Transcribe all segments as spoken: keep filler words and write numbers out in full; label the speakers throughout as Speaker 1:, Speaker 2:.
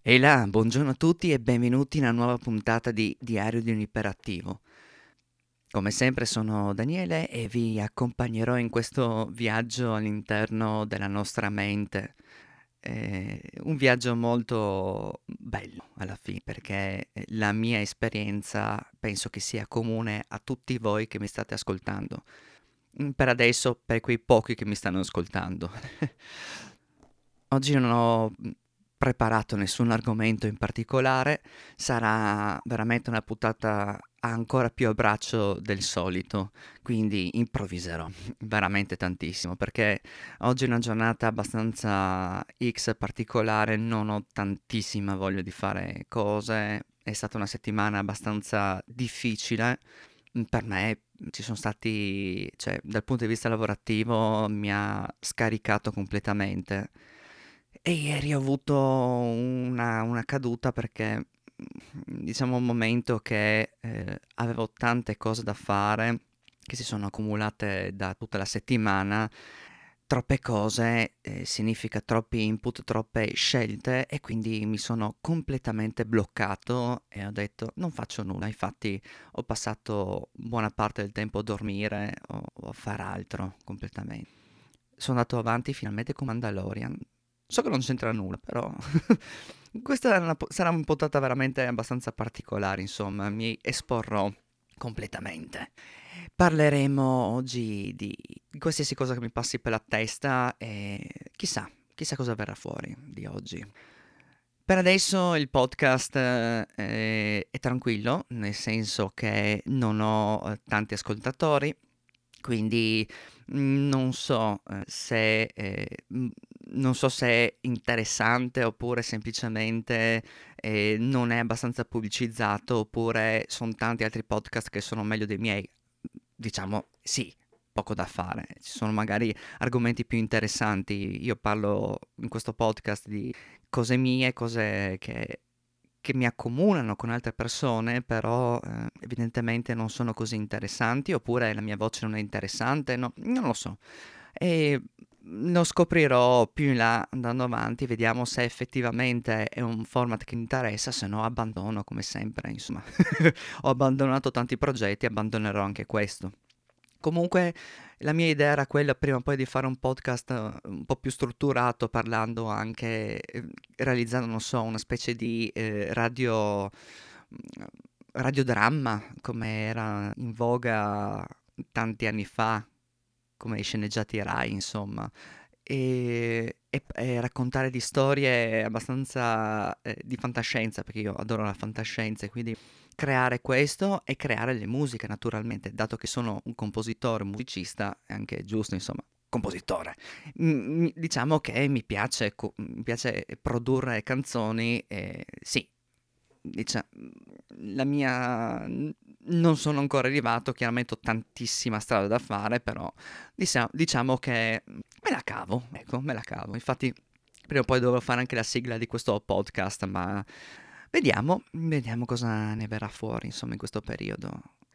Speaker 1: Ehi là, buongiorno a tutti e benvenuti in una nuova puntata di Diario di un iperattivo. Come sempre sono Daniele e vi accompagnerò in questo viaggio all'interno della nostra mente. Eh, un viaggio molto bello alla fine, perché eh, la mia esperienza penso che sia comune a tutti voi che mi state ascoltando. Mm, Per adesso, per quei pochi che mi stanno ascoltando. Oggi non ho mh, preparato nessun argomento in particolare, sarà veramente una puntata ancora più a braccio del solito, quindi improvviserò veramente tantissimo perché oggi è una giornata abbastanza X particolare, non ho tantissima voglia di fare cose, è stata una settimana abbastanza difficile. Mm, Per me ci sono stati, cioè dal punto di vista lavorativo mi ha scaricato completamente e ieri ho avuto una una caduta perché, mhmm, diciamo un momento che, ehm, avevo tante cose da fare che si sono accumulate da tutta la settimana. Troppe cose, ehm, significa troppi input, troppe scelte e quindi mi sono completamente bloccato e ho detto: "Non faccio nulla". Infatti ho passato buona parte del tempo a dormire o o a far altro completame sono andato avanti finalmente con Mandalorian. So che non c'entra nulla, però questa è una po- sarà una puntata veramente abbastanza particolare, insomma, mi esporrò completamente. Parleremo oggi di di qualsiasi cosa che mi passi per la testa e chissà, chissà cosa verrà fuori di oggi. Per adesso il podcast eh, è, è tranquillo, nel senso che non ho eh, tanti ascoltatori, quindi mm, non so eh, se eh, mm, non so se è interessante oppure semplicemente eh, non è abbastanza pubblicizzato oppure sono tanti altri podcast che sono meglio dei miei. Diciamo sì, poco da fare. Ci sono magari argomenti più interessanti. Io parlo in questo podcast di cose mie, cose che che mi accomunano con altre persone, però eh, evidentemente non sono così interessanti, oppure la mia voce non è interessante, no, non lo so. E lo scoprirò più in là andando avanti, vediamo se effettivamente è un format che mi interessa, se no abbandono come sempre, insomma. Ho abbandonato tanti progetti, abbandonerò anche questo. Comunque la mia idea era quella prima o poi di fare un podcast eh, un po' più strutturato, parlando anche, eh, realizzando, non so, una specie di eh, radio, mm, radiodramma, come era in voga tanti anni fa, come i sceneggiati Rai, insomma, e, e- e raccontare di storie abbastanza eh, di fantascienza, perché io adoro la fantascienza, e quindi creare questo e creare le musiche naturalmente, dato che sono un compositore, un musicista, è anche giusto, insomma, compositore. Mm, mi- diciamo che mi piace, co- mi piace produrre canzoni, e sì, dicia- la mia... Non sono ancora arrivato, chiaramente ho tantissima strada da fare, però diciamo, diciamo che me la cavo, ecco, me la cavo. Infatti prima o poi dovrò fare anche la sigla di questo podcast, ma vediamo, vediamo cosa ne verrà fuori, insomma, in questo periodo.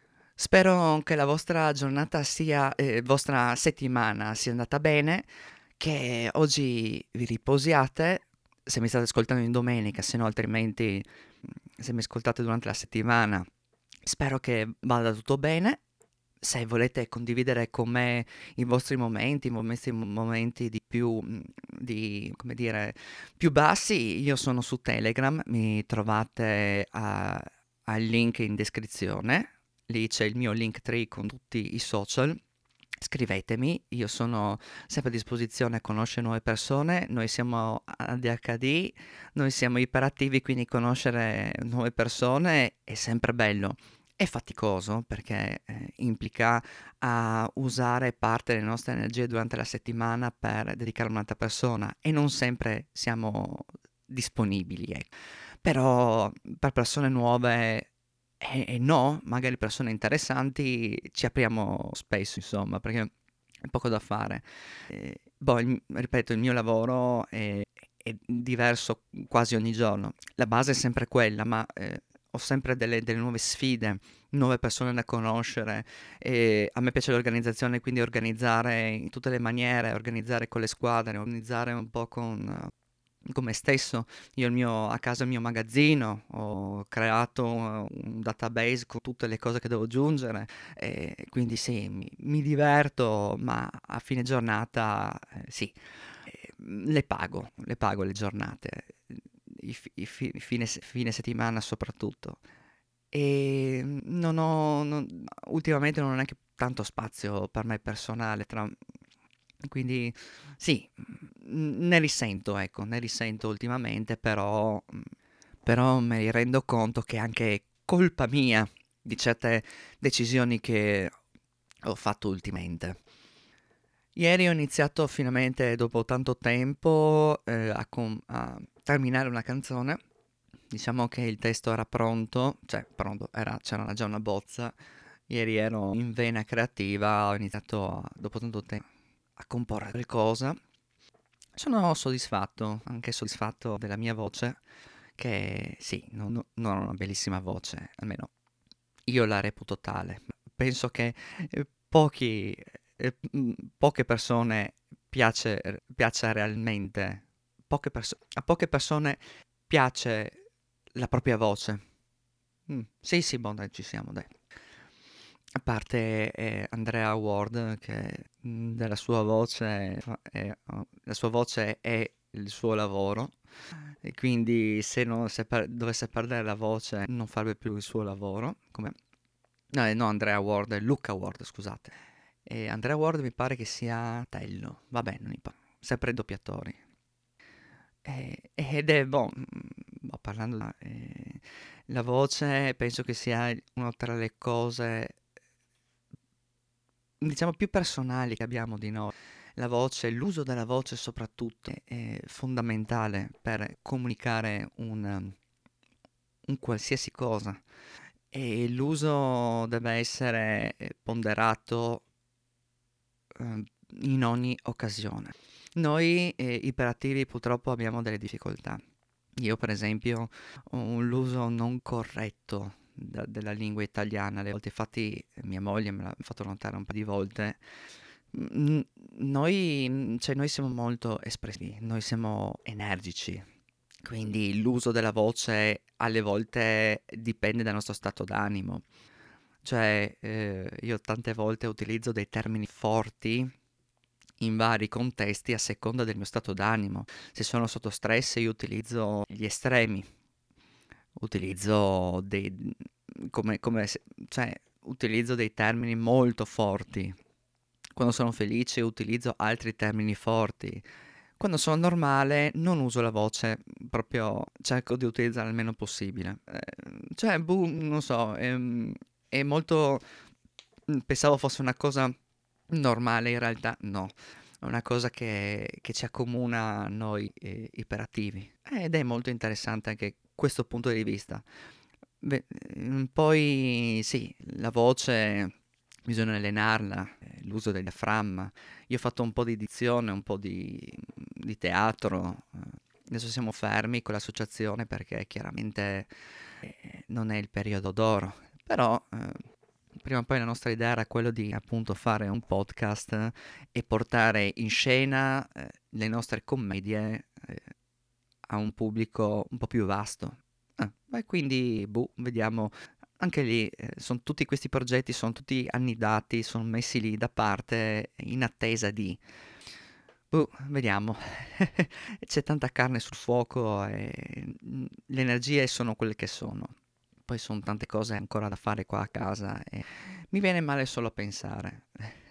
Speaker 1: Spero che la vostra giornata sia, eh, vostra settimana sia andata bene, che oggi vi riposiate, se mi state ascoltando in domenica, se no altrimenti mm, se mi ascoltate durante la settimana, spero che vada tutto bene. Se volete condividere con me i vostri momenti, i vostri momenti di più, mm, di, come dire, più bassi, io sono su Telegram, mi trovate a- al link in descrizione, lì c'è il mio Linktree con tutti i social. Scrivetemi, io sono sempre a disposizione a conoscere nuove persone, noi siamo A D H D, noi siamo iperattivi, quindi conoscere nuove persone è sempre bello. È faticoso perché eh, implica a usare parte delle nostre energie durante la settimana per dedicarla a un'altra persona e non sempre siamo disponibili, ecco. Però per persone nuove eh, eh, no, magari persone interessanti ci apriamo spesso, insomma, perché è poco da fare. Eh, boh, il- ripeto, il mio lavoro è, è diverso quasi ogni giorno. La base è sempre quella, ma eh, ho sempre delle, delle nuove sfide, nuove persone da conoscere. E a me piace l'organizzazione, quindi organizzare in tutte le maniere, organizzare con le squadre, organizzare un po' con con me stesso. Io il mio, a casa il mio magazzino, ho creato un database con tutte le cose che devo aggiungere, e quindi sì, mi, mi diverto, ma a fine giornata eh, sì, eh, le pago, le pago le giornate, i, fi- i fi- fine, fine settimana soprattutto. E non ho, non- ultimamente non ho neanche tanto spazio per me personale, tra- quindi sì, mm, ne risento, ecco, ne risento ultimamente, però, mm, però mi rendo conto che è anche colpa mia di certe decisioni che ho fatto ultimamente. Ieri ho iniziato finalmente, dopo tanto tempo, eh, a, com- a terminare una canzone. Diciamo che il testo era pronto, cioè pronto, era- c'era già una bozza. Ieri ero in vena creativa, ho iniziato a- dopo tanto tempo a comporre qualcosa. Sono soddisfatto, anche soddisfatto della mia voce, che sì, non, non ho una bellissima voce, almeno io la reputo tale. Penso che eh, pochi, eh, mm, poche persone piace, piace realmente, poche perso- a poche persone piace la propria voce. Mm, sì, sì, boh, dai, ci siamo, dai. A parte eh, Andrea Ward, che mm, della sua voce, fa- è- oh, la sua voce è il suo lavoro, e quindi se, non, se per- dovesse perdere la voce non farebbe più il suo lavoro, come no, eh, no, Andrea Ward, è Luca Ward, scusate. E Andrea Ward mi pare che sia Tello, vabbè, non importa, sempre doppiatori. E- ed è, boh, mm, boh, parlando di eh, la voce, penso che sia una tra le cose, diciamo, più personali che abbiamo di noi. La voce, l'uso della voce soprattutto, è, è fondamentale per comunicare un, un qualsiasi cosa. E l'uso deve essere eh, ponderato ehm, in ogni occasione. Noi eh, iperattivi purtroppo abbiamo delle difficoltà. Io per esempio ho un uso non corretto da- della lingua italiana, alle volte infatti eh, mia moglie me l'ha fatto notare un paio di volte. Mm, Noi, mm, cioè, noi siamo molto espressivi, noi siamo energici, quindi l'uso della voce alle volte dipende dal nostro stato d'animo. Cioè, eh, io tante volte utilizzo dei termini forti in vari contesti a seconda del mio stato d'animo. Se sono sotto stress io utilizzo gli estremi, utilizzo dei, come, come se- cioè, utilizzo dei termini molto forti. Quando sono felice utilizzo altri termini forti. Quando sono normale non uso la voce, proprio cerco di utilizzare il meno possibile. Eh, cioè, boh, non so, è, è molto... Pensavo fosse una cosa normale, in realtà no. È una cosa che, che ci accomuna a noi eh, iperattivi. Ed è molto interessante anche questo punto di vista. Beh, mm, poi sì, la voce bisogna allenarla, eh, l'uso del diaframma. Io ho fatto un po' di dizione, un po' di, di teatro. eh, Adesso siamo fermi con l'associazione perché chiaramente eh, non è il periodo d'oro. Però eh, prima o poi la nostra idea era quello di appunto fare un podcast eh, e portare in scena eh, le nostre commedie eh, a un pubblico un po' più vasto. Ah, e quindi, boh, vediamo. Anche lì, eh, son tutti questi progetti sono tutti annidati, sono messi lì da parte in attesa di... Boh, vediamo. C'è tanta carne sul fuoco e mm, le energie sono quelle che sono. Poi sono tante cose ancora da fare qua a casa e mi viene male solo a pensare.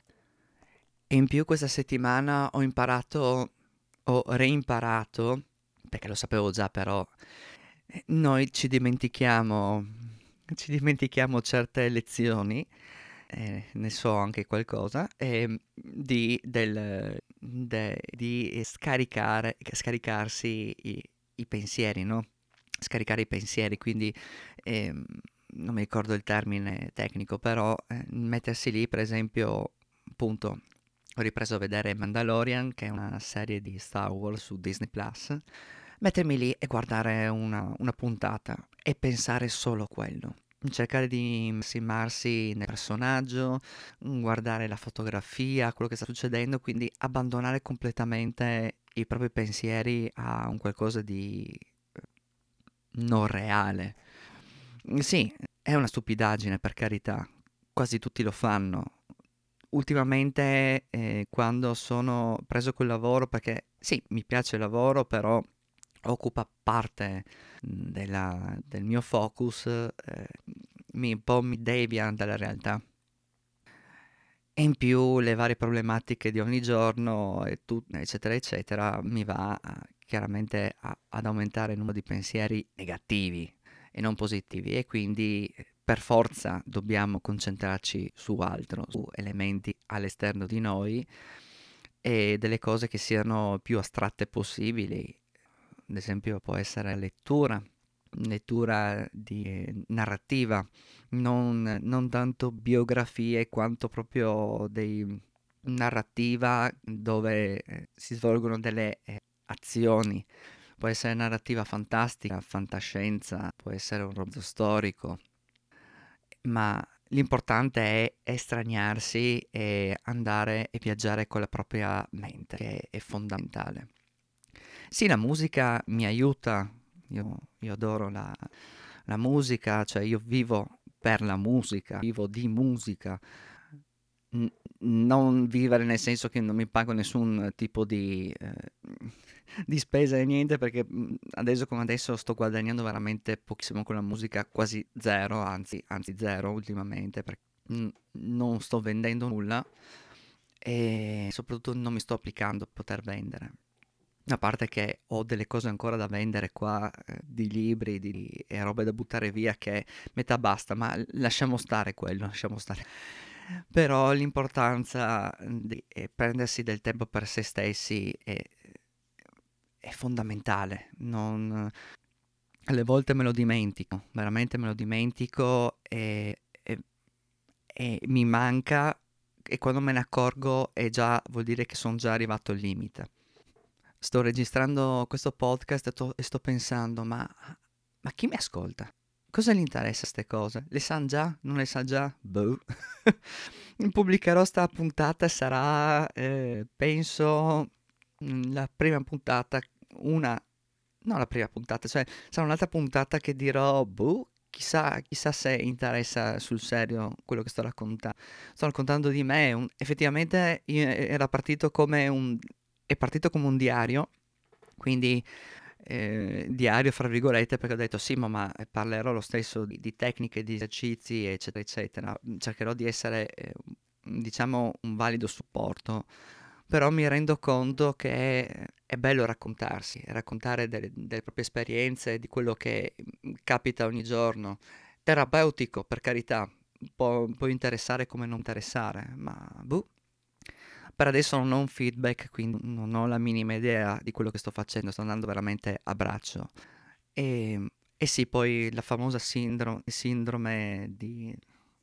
Speaker 1: E in più questa settimana ho imparato, ho reimparato, perché lo sapevo già però, eh, noi ci dimentichiamo, ci dimentichiamo certe lezioni, eh, ne so anche qualcosa, ehm, di, del, de- di scaricare, scaricarsi i, i pensieri, no? Scaricare i pensieri, quindi ehm, non mi ricordo il termine tecnico, però eh, mettersi lì, per esempio, appunto, ho ripreso a vedere Mandalorian, che è una serie di Star Wars su Disney Plus, mettermi lì e guardare una, una puntata e pensare solo a quello. Cercare di immedesimarsi nel personaggio, guardare la fotografia, quello che sta succedendo, quindi abbandonare completamente i propri pensieri a un qualcosa di eh, non reale. Sì, è una stupidaggine, per carità, quasi tutti lo fanno. Ultimamente, eh, quando sono preso col lavoro, perché sì, mi piace il lavoro, però occupa parte mh, della- del mio focus, eh, mi, un po' mi devia dalla realtà. E in più le varie problematiche di ogni giorno, e tu- eccetera, eccetera, mi va a- chiaramente a- ad aumentare il numero di pensieri negativi e non positivi, e quindi eh, per forza dobbiamo concentrarci su altro, su elementi all'esterno di noi e delle cose che siano più astratte possibili. Ad esempio può essere lettura, lettura di eh, narrativa, non, non tanto biografie quanto proprio dei narrativa dove eh, si svolgono delle eh, azioni. Può essere narrativa fantastica, fantascienza, può essere un romanzo storico, ma l'importante è estraniarsi e andare e viaggiare con la propria mente, che è fondamentale. Sì, la musica mi aiuta, io, io adoro la, la musica, cioè io vivo per la musica, vivo di musica. N- non vivere nel senso che non mi pago nessun tipo di, eh, di spesa e niente, perché mm, adesso come adesso sto guadagnando veramente pochissimo con la musica, quasi zero, anzi, anzi zero ultimamente, perché mm, non sto vendendo nulla e soprattutto non mi sto applicando a poter vendere. A parte che ho delle cose ancora da vendere qua, eh, di libri di, e robe da buttare via, che metà basta, ma lasciamo stare quello, lasciamo stare. Però l'importanza di eh, prendersi del tempo per se stessi è, è fondamentale. Non, alle volte me lo dimentico, veramente me lo dimentico e, e- e mi manca, e quando me ne accorgo è già, vuol dire che sono già arrivato al limite. Sto registrando questo podcast e, to- e sto pensando, ma, ma chi mi ascolta? Cosa gli interessa ste cose? Le san già? Non le sa già? Boh. Pubblicherò sta puntata, sarà, eh, penso, mm, la prima puntata, una, no la prima puntata, cioè sarà un'altra puntata che dirò, boh, chissà, chissà se interessa sul serio quello che sto raccontando. Sto raccontando di me, un- effettivamente io- era partito come un, è partito come un diario, quindi eh, diario fra virgolette, perché ho detto sì, ma, ma parlerò lo stesso di, di tecniche, di esercizi, eccetera, eccetera. Cercherò di essere, eh, diciamo, un valido supporto, però mi rendo conto che è bello raccontarsi, raccontare delle, delle proprie esperienze, di quello che mm, capita ogni giorno. Terapeutico, per carità, può, può interessare come non interessare, ma boh. Per adesso non ho un feedback, quindi non ho la minima idea di quello che sto facendo, sto andando veramente a braccio. E, e sì, poi la famosa sindro- sindrome di-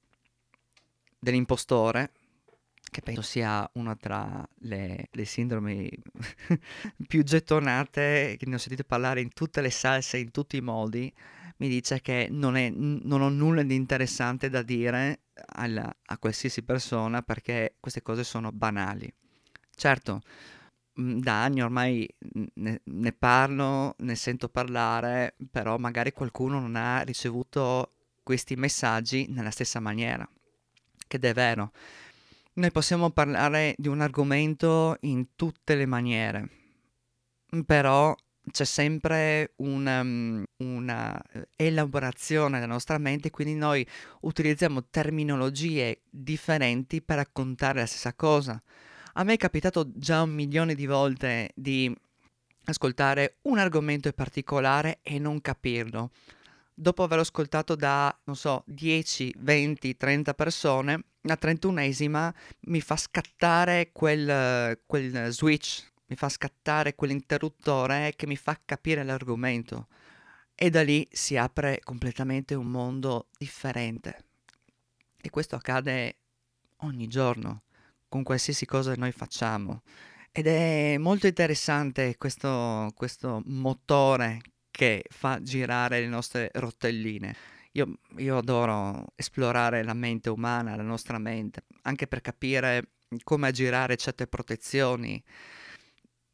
Speaker 1: dell'impostore, che penso sia una tra le, le sindromi più gettonate, che ne ho sentito parlare in tutte le salse, in tutti i modi, mi dice che non, è- n- non ho nulla di interessante da dire alla- a qualsiasi persona perché queste cose sono banali. Certo, mhmm, da anni ormai ne ne parlo, ne sento parlare, però magari qualcuno non ha ricevuto questi messaggi nella stessa maniera, ed è vero. Noi possiamo parlare di un argomento in tutte le maniere, mhmm, però c'è sempre un mhmm, una, ehm, elaborazione della nostra mente, quindi noi utilizziamo terminologie differenti per raccontare la stessa cosa. A me è capitato già un milione di volte di ascoltare un argomento in particolare e non capirlo. Dopo averlo ascoltato da, non so, dieci, venti, trenta persone, la trentunesima mi fa scattare quel, quel switch, mi fa scattare quell'interruttore che mi fa capire l'argomento. E da lì si apre completamente un mondo differente. E questo accade ogni giorno, con qualsiasi cosa noi facciamo. Ed è molto interessante questo, questo motore che fa girare le nostre rotelline. Io, io adoro esplorare la mente umana, la nostra mente, anche per capire come aggirare certe protezioni.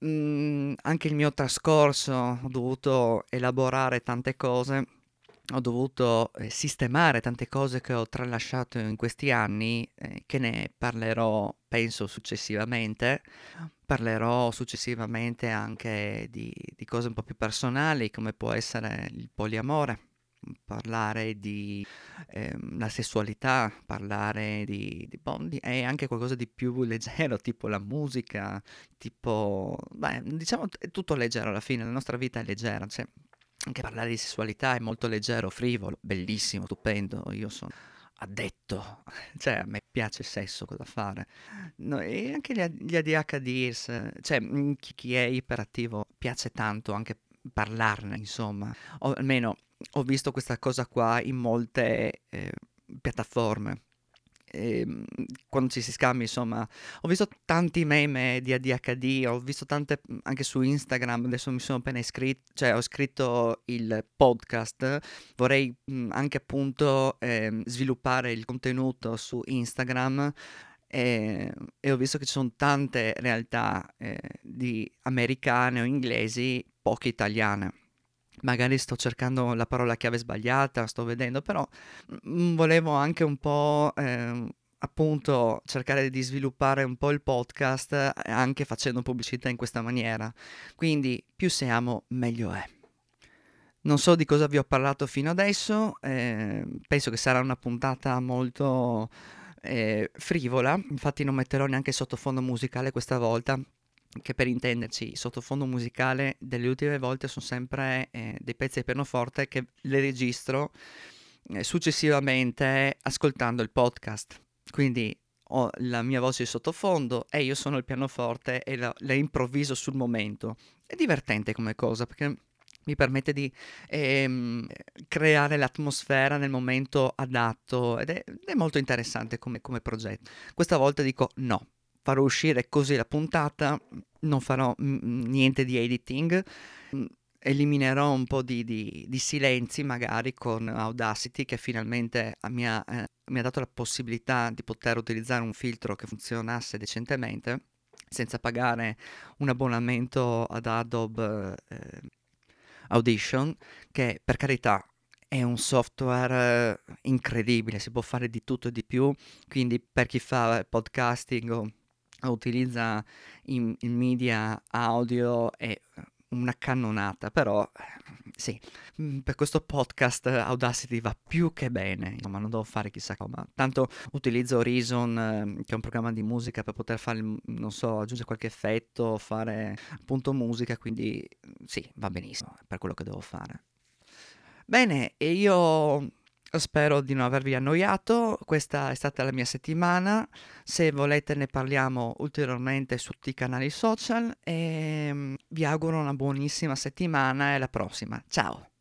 Speaker 1: mhmm, anche il mio trascorso, ho dovuto elaborare tante cose, ho dovuto, ehm, sistemare tante cose che ho tralasciato in questi anni, ehm, che ne parlerò penso successivamente. Parlerò successivamente anche di di cose un po' più personali, come può essere il poliamore, parlare di, ehm, la sessualità, parlare di di boh, di e anche qualcosa di più leggero, tipo la musica, tipo beh, diciamo t è tutto leggero alla fine, la nostra vita è leggera, cioè anche parlare di sessualità è molto leggero, frivolo, bellissimo, stupendo. Io sono addetto, cioè a me piace il sesso, cosa fare. No, e anche gli, A- gli A D H D, cioè mm, chi, chi è iperattivo piace tanto anche parlarne, insomma. O almeno ho visto questa cosa qua in molte eh, piattaforme. Ehm, quando ci si scambia, insomma, ho visto tanti meme di A D H D, ho visto tante mh, anche su Instagram, adesso mi sono appena iscritto, cioè ho scritto il podcast, vorrei mh, anche appunto ehm, sviluppare il contenuto su Instagram e, e ho visto che ci sono tante realtà eh, di americane o inglesi, poche italiane. Magari sto cercando la parola chiave sbagliata, sto vedendo, però mm, volevo anche un po', ehm, appunto, cercare di sviluppare un po' il podcast eh, anche facendo pubblicità in questa maniera. Quindi più siamo, meglio è. Non so di cosa vi ho parlato fino adesso, eh, penso che sarà una puntata molto eh, frivola, infatti non metterò neanche sottofondo musicale questa volta, che per intenderci, il sottofondo musicale delle ultime volte sono sempre eh, dei pezzi di pianoforte che le registro eh, successivamente ascoltando il podcast. Quindi ho la mia voce di sottofondo e io sono il pianoforte e la, la improvviso sul momento. È divertente come cosa perché mi permette di ehm, creare l'atmosfera nel momento adatto ed è, è molto interessante come, come progetto. Questa volta dico no, farò uscire così la puntata, non farò mm, niente di editing, mm, eliminerò un po' di, di- di silenzi magari con Audacity che finalmente mi ha, eh, mi ha dato la possibilità di poter utilizzare un filtro che funzionasse decentemente senza pagare un abbonamento ad Adobe eh, Audition, che per carità è un software eh, incredibile, si può fare di tutto e di più, quindi per chi fa podcasting o, o utilizza i, i media audio è una cannonata, però eh, sì, mm, per questo podcast eh, Audacity va più che bene, insomma non devo fare chissà cosa, tanto utilizzo Reason, eh, che è un programma di musica per poter fare, il- non so, aggiungere qualche effetto, fare appunto musica, quindi sì, va benissimo per quello che devo fare. Bene, e io spero di non avervi annoiato, questa è stata la mia settimana, se volete ne parliamo ulteriormente su tutti i canali social e mm, vi auguro una buonissima settimana e alla prossima, ciao!